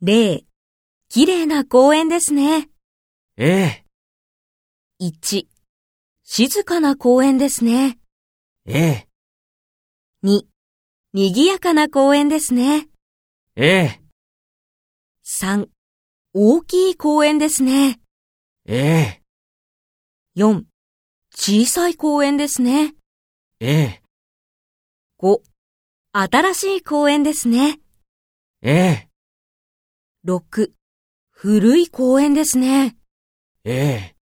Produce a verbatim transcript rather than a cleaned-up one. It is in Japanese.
れい、きれいな公園ですね。 ええ、 いち、静かな公園ですね。 ええ、 に、賑やかな公園ですね。 ええ、 さん、大きい公園ですね。 ええ、 よん、小さい公園ですね。 ええ、 ご、新しい公園ですね。 ええ、 ろく、古い公園ですね。 ええ。